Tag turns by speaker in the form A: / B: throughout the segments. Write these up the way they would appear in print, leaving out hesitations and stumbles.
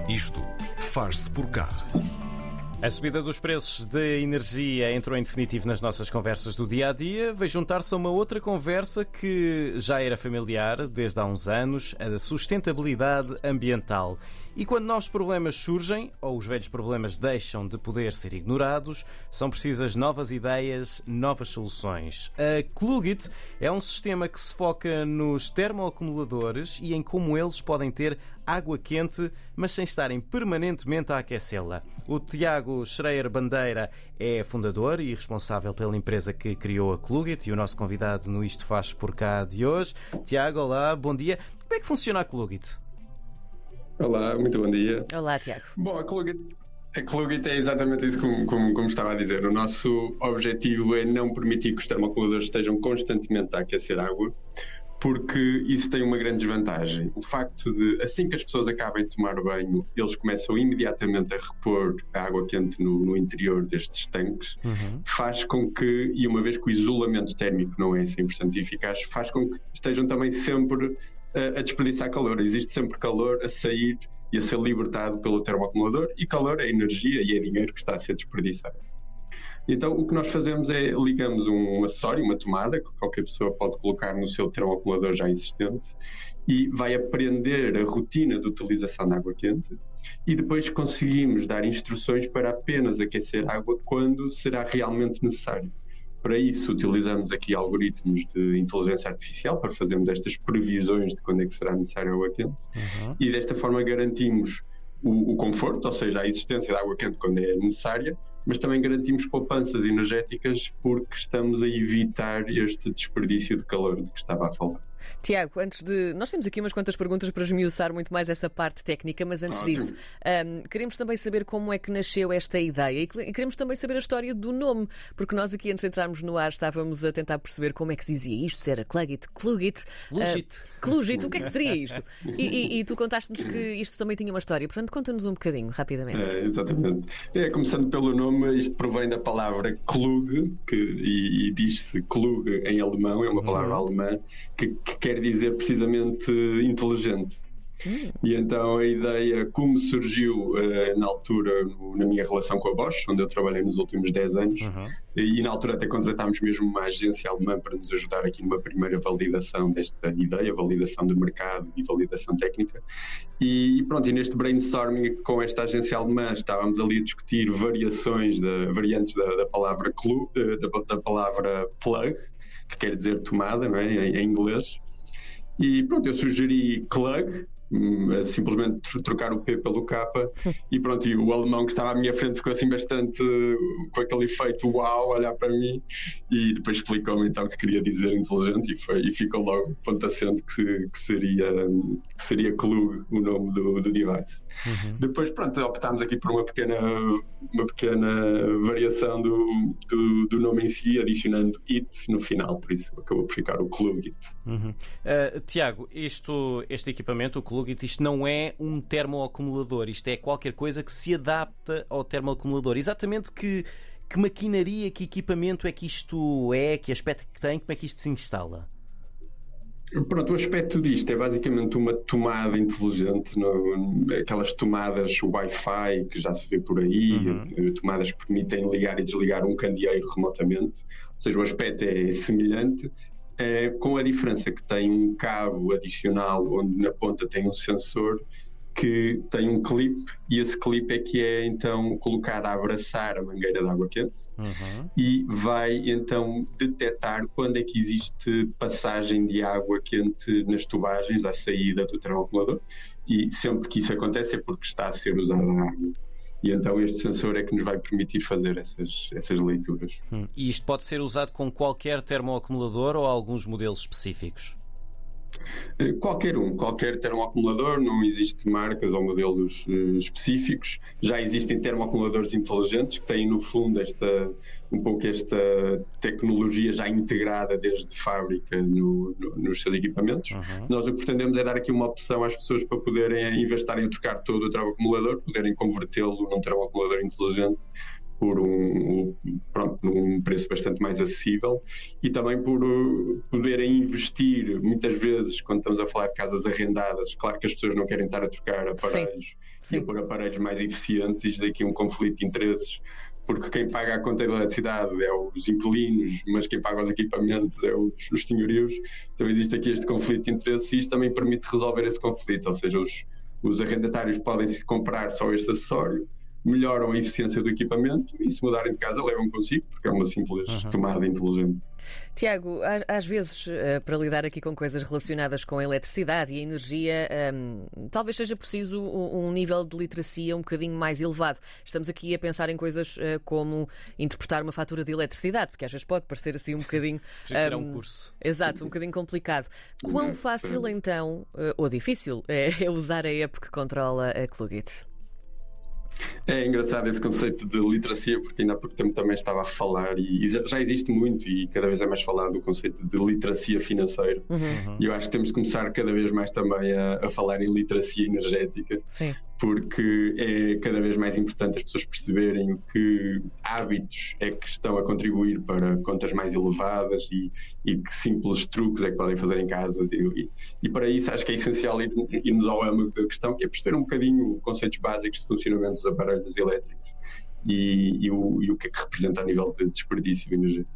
A: Isto faz-se por cá.
B: A subida dos preços de energia entrou em definitivo nas nossas conversas do dia-a-dia. Veio juntar-se a uma outra conversa que já era familiar desde há uns anos, a da sustentabilidade ambiental. E quando novos problemas surgem, ou os velhos problemas deixam de poder ser ignorados, são precisas novas ideias, novas soluções. A Klugit é um sistema que se foca nos termoacumuladores e em como eles podem ter água quente, mas sem estarem permanentemente a aquecê-la. O Tiago Schreier Bandeira é fundador e responsável pela empresa que criou a Klugit e o nosso convidado no Isto Faz Por Cá de hoje. Tiago, olá, bom dia. Como é que funciona a Klugit?
C: Olá, muito bom dia.
D: Olá, Tiago.
C: Bom, a Klugit é exatamente isso como estava a dizer. O nosso objetivo é não permitir que os termoacumuladores estejam constantemente a aquecer água, porque isso tem uma grande desvantagem. O facto de, assim que as pessoas acabem de tomar banho, eles começam imediatamente a repor a água quente no interior destes tanques, faz com que, e uma vez que o isolamento térmico não é 100% eficaz, faz com que estejam também sempre a desperdiçar calor. Existe sempre calor a sair e a ser libertado pelo termoacumulador, e calor é energia e é dinheiro que está a ser desperdiçado. Então, o que nós fazemos é ligamos um acessório, uma tomada, que qualquer pessoa pode colocar no seu termoacumulador já existente, e vai aprender a rotina de utilização da água quente, e depois conseguimos dar instruções para apenas aquecer água quando será realmente necessário. Para isso, utilizamos aqui algoritmos de inteligência artificial para fazermos estas previsões de quando é que será necessário a água quente, e desta forma garantimos o conforto, ou seja, a existência de água quente quando é necessária, mas também garantimos poupanças energéticas porque estamos a evitar este desperdício de calor de que estava a falar.
D: Tiago, nós temos aqui umas quantas perguntas para esmiuçar muito mais essa parte técnica, mas antes disso, queremos também saber como é que nasceu esta ideia e queremos também saber a história do nome, porque nós aqui antes de entrarmos no ar estávamos a tentar perceber como é que se dizia isto, se era Klugit, Klugit, o que é que seria isto? E tu contaste-nos que isto também tinha uma história, portanto conta-nos um bocadinho, rapidamente.
C: Exatamente. Começando pelo nome, isto provém da palavra Klug, e diz-se Klug em alemão, é uma palavra alemã, que quer dizer precisamente inteligente. E então a ideia, como surgiu na altura, na minha relação com a Bosch, onde eu trabalhei nos últimos 10 anos, e na altura até contratámos mesmo uma agência alemã para nos ajudar aqui numa primeira validação desta ideia, validação de mercado e validação técnica. E pronto, e neste brainstorming com esta agência alemã estávamos ali a discutir variantes da palavra da palavra plug, que quer dizer tomada, não é? Em inglês. E pronto, eu sugeri Klug, simplesmente trocar o P pelo K, e pronto, e o alemão que estava à minha frente ficou assim bastante com aquele efeito uau, olhar para mim, e depois explicou-me então que queria dizer inteligente, e ficou logo ponto assente que seria Klug o nome do device. Depois pronto, optámos aqui por uma pequena variação do nome em si, adicionando it no final, por isso acabou por ficar o Klugit.
B: Tiago, este equipamento, o Klugit, isto não é um termoacumulador, isto é qualquer coisa que se adapta ao termoacumulador. Exatamente que maquinaria, que equipamento é que isto é, que aspecto que tem, como é que isto se instala?
C: Pronto, o aspecto disto é basicamente uma tomada inteligente, aquelas tomadas Wi-Fi que já se vê por aí, tomadas que permitem ligar e desligar um candeeiro remotamente, ou seja, o aspecto é semelhante, com a diferença que tem um cabo adicional onde na ponta tem um sensor que tem um clipe, e esse clipe é que é então colocado a abraçar a mangueira de água quente e vai então detectar quando é que existe passagem de água quente nas tubagens à saída do termoacumulador, e sempre que isso acontece é porque está a ser usada a água. E então este sensor é que nos vai permitir fazer essas leituras.
B: E isto pode ser usado com qualquer termoacumulador ou alguns modelos específicos?
C: Qualquer termoacumulador, não existe marcas ou modelos específicos. Já existem termoacumuladores inteligentes que têm no fundo esta tecnologia já integrada desde fábrica nos seus equipamentos. Nós o que pretendemos é dar aqui uma opção às pessoas para poderem, em vez de estarem a trocar todo o termoacumulador, poderem convertê-lo num termoacumulador inteligente por num preço bastante mais acessível, e também por poderem investir, muitas vezes, quando estamos a falar de casas arrendadas, claro que as pessoas não querem estar a trocar aparelhos e a pôr aparelhos mais eficientes, e isto daqui é um conflito de interesses, porque quem paga a conta da eletricidade é os inquilinos, mas quem paga os equipamentos é os senhorios. Então existe aqui este conflito de interesses, e isto também permite resolver esse conflito, ou seja, os arrendatários podem comprar só este acessório, melhoram a eficiência do equipamento, e se mudarem de casa levam consigo, porque é uma simples tomada inteligente.
D: Tiago, às vezes, para lidar aqui com coisas relacionadas com a eletricidade e a energia, talvez seja preciso um nível de literacia um bocadinho mais elevado. Estamos aqui a pensar em coisas como interpretar uma fatura de eletricidade, porque às vezes pode parecer assim um bocadinho...
B: Preciso tirar um curso.
D: Exato, um bocadinho complicado. Quão fácil então, ou difícil, é usar a app que controla a Klugit?
C: É engraçado esse conceito de literacia, porque ainda há pouco tempo também estava a falar, e já existe muito, e cada vez é mais falado o conceito de literacia financeira. E eu acho que temos de começar cada vez mais também a falar em literacia energética.
D: Sim.
C: Porque é cada vez mais importante as pessoas perceberem que hábitos é que estão a contribuir para contas mais elevadas, e que simples truques é que podem fazer em casa. E para isso acho que é essencial irmos ao âmago da questão, que é perceber um bocadinho conceitos básicos de funcionamento dos aparelhos elétricos e o que é que representa a nível de desperdício energético.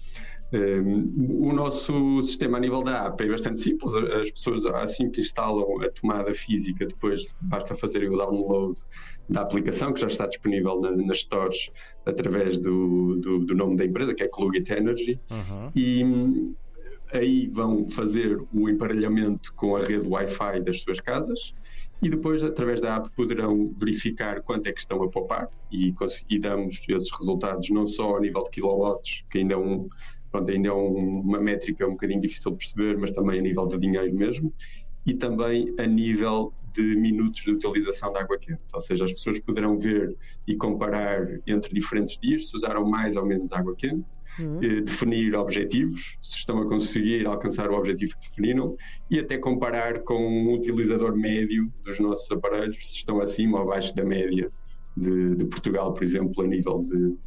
C: O nosso sistema a nível da app é bastante simples. As pessoas, assim que instalam a tomada física, depois basta fazerem o download da aplicação, que já está disponível nas stores através do nome da empresa, que é Klugit Energy, e aí vão fazer o emparelhamento com a rede Wi-Fi das suas casas, e depois, através da app, poderão verificar quanto é que estão a poupar, e damos esses resultados não só a nível de quilowatts, que ainda é uma métrica um bocadinho difícil de perceber, mas também a nível de dinheiro mesmo, e também a nível de minutos de utilização de água quente. Ou seja, as pessoas poderão ver e comparar entre diferentes dias se usaram mais ou menos água quente, definir objetivos, se estão a conseguir alcançar o objetivo que definiram, e até comparar com um utilizador médio dos nossos aparelhos, se estão acima ou abaixo da média de Portugal, por exemplo, a nível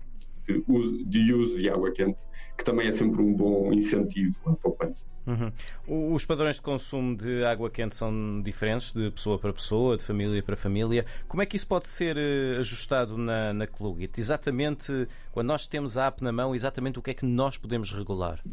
C: de uso de água quente, que também é sempre um bom incentivo à poupança.
B: Os padrões de consumo de água quente são diferentes de pessoa para pessoa, de família para família. Como é que isso pode ser ajustado na Klugit? Exatamente, quando nós temos a app na mão, exatamente o que é que nós podemos regular?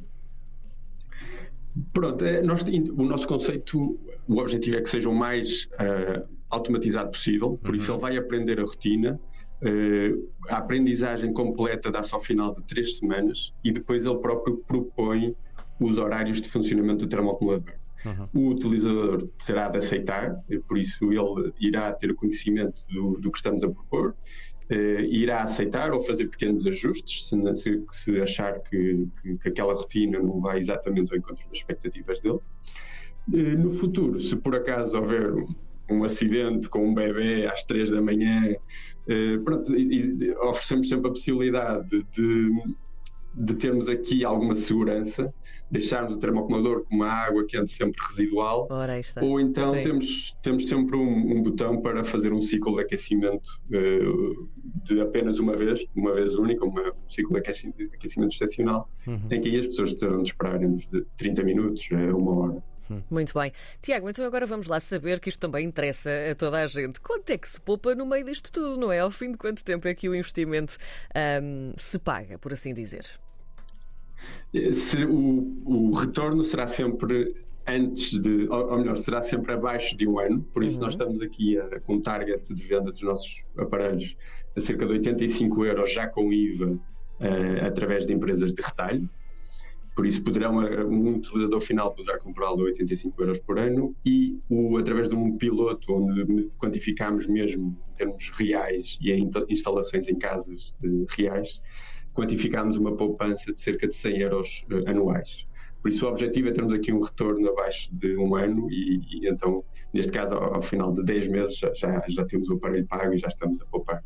C: Pronto, o nosso conceito, o objetivo é que seja o mais automatizado possível, por isso ele vai aprender a rotina. A aprendizagem completa dá-se ao final de 3 semanas, e depois ele próprio propõe os horários de funcionamento do termoacumulador. O utilizador terá de aceitar, por isso ele irá ter o conhecimento do que estamos a propor, irá aceitar ou fazer pequenos ajustes se achar que aquela rotina não vai exatamente ao encontro das expectativas dele. No futuro, se por acaso houver um acidente com um bebê às 3 da manhã, oferecemos sempre a possibilidade de termos aqui alguma segurança, deixarmos o termoacumulador com uma água quente sempre residual, ou então temos sempre um botão para fazer um ciclo de aquecimento de apenas uma vez única, um ciclo de aquecimento excepcional, em que aí as pessoas terão de esperar entre 30 minutos a 1 hora.
D: Muito bem. Tiago, então agora vamos lá saber, que isto também interessa a toda a gente. Quanto é que se poupa no meio disto tudo, não é? Ao fim de quanto tempo é que o investimento se paga, por assim dizer?
C: O retorno será sempre será sempre abaixo de 1 ano, por isso nós estamos aqui com um target de venda dos nossos aparelhos a cerca de 85 euros, já com IVA, através de empresas de retalho. Por isso um utilizador final poderá comprá-lo a 85 euros por ano, e através de um piloto onde quantificamos mesmo em termos reais e em instalações em casas reais, quantificamos uma poupança de cerca de 100 euros anuais. Por isso o objetivo é termos aqui um retorno abaixo de 1 ano, e então, neste caso, ao final de 10 meses já temos o aparelho pago e já estamos a poupar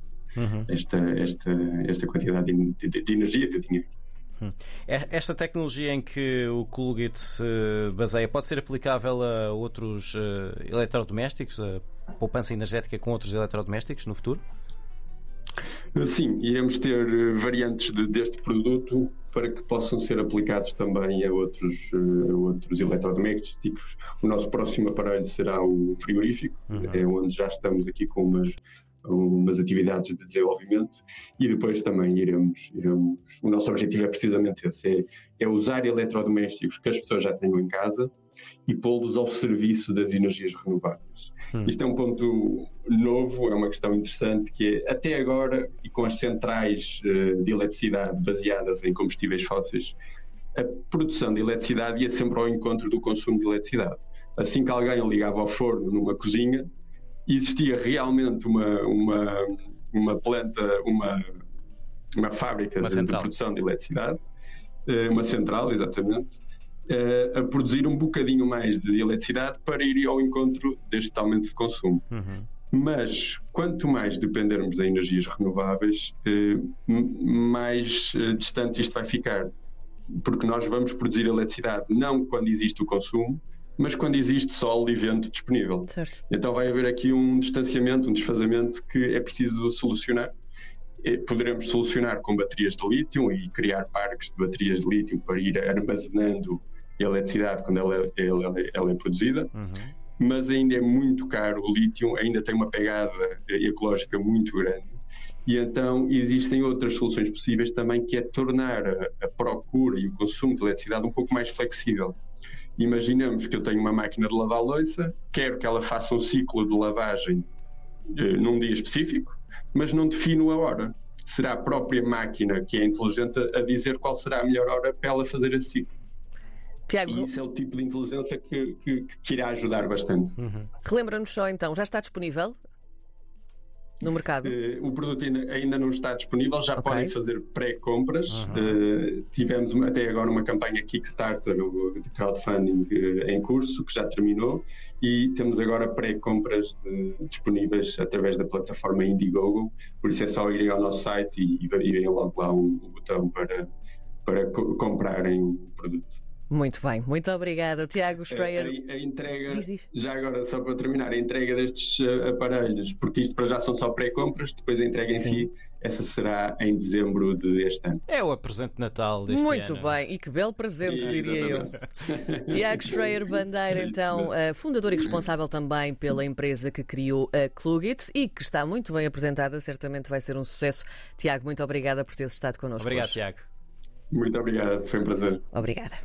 C: esta quantidade de energia e de dinheiro.
B: Esta tecnologia em que o Klugit se baseia pode ser aplicável a outros eletrodomésticos, a poupança energética com outros eletrodomésticos no futuro?
C: Sim, iremos ter variantes deste produto para que possam ser aplicados também a outros eletrodomésticos. O nosso próximo aparelho será o frigorífico, é onde já estamos aqui com umas atividades de desenvolvimento, e depois também iremos o nosso objetivo é precisamente esse, é usar eletrodomésticos que as pessoas já tenham em casa e pô-los ao serviço das energias renováveis. Isto é um ponto novo, é uma questão interessante, que é, até agora, e com as centrais de eletricidade baseadas em combustíveis fósseis, a produção de eletricidade ia sempre ao encontro do consumo de eletricidade. Assim que alguém ligava ao forno numa cozinha, existia realmente uma planta, uma fábrica de produção de eletricidade, uma central, exatamente, a produzir um bocadinho mais de eletricidade para ir ao encontro deste aumento de consumo. Mas quanto mais dependermos de energias renováveis, mais distante isto vai ficar, porque nós vamos produzir eletricidade não quando existe o consumo, mas quando existe sol e vento disponível.
D: Certo.
C: Então vai haver aqui um distanciamento, um desfazamento que é preciso solucionar. Poderemos solucionar com baterias de lítio e criar parques de baterias de lítio para ir armazenando a eletricidade quando ela é produzida, mas ainda é muito caro. O lítio ainda tem uma pegada ecológica muito grande, e então existem outras soluções possíveis também, que é tornar a procura e o consumo de eletricidade um pouco mais flexível. Imaginamos que eu tenho uma máquina de lavar louça, quero que ela faça um ciclo de lavagem num dia específico, mas não defino a hora. Será a própria máquina, que é inteligente, a dizer qual será a melhor hora para ela fazer esse ciclo.
D: Tiago,
C: E isso é o tipo de inteligência que irá ajudar bastante.
D: relembra-nos só então, já está disponível no mercado?
C: O produto ainda não está disponível, já podem fazer pré-compras. Tivemos até agora uma campanha Kickstarter de crowdfunding em curso, que já terminou, e temos agora pré-compras disponíveis através da plataforma Indiegogo, por isso é só irem ao nosso site e irem logo lá o botão para comprarem o produto.
D: Muito bem, muito obrigada, Tiago Schreier.
C: A entrega,
D: diz.
C: já agora só para terminar, a entrega destes aparelhos, porque isto para já são só pré-compras, depois a entrega em si, essa será em dezembro deste ano.
B: É o presente de Natal deste ano.
D: Muito bem, e que belo presente, diria eu. Tiago Schreier Bandeira, então, fundador e responsável também pela empresa que criou a Klugit e que está muito bem apresentada, certamente vai ser um sucesso. Tiago, muito obrigada por teres estado connosco.
B: Obrigado,
D: hoje.
B: Tiago.
C: Muito obrigado, foi um prazer.
D: Obrigada.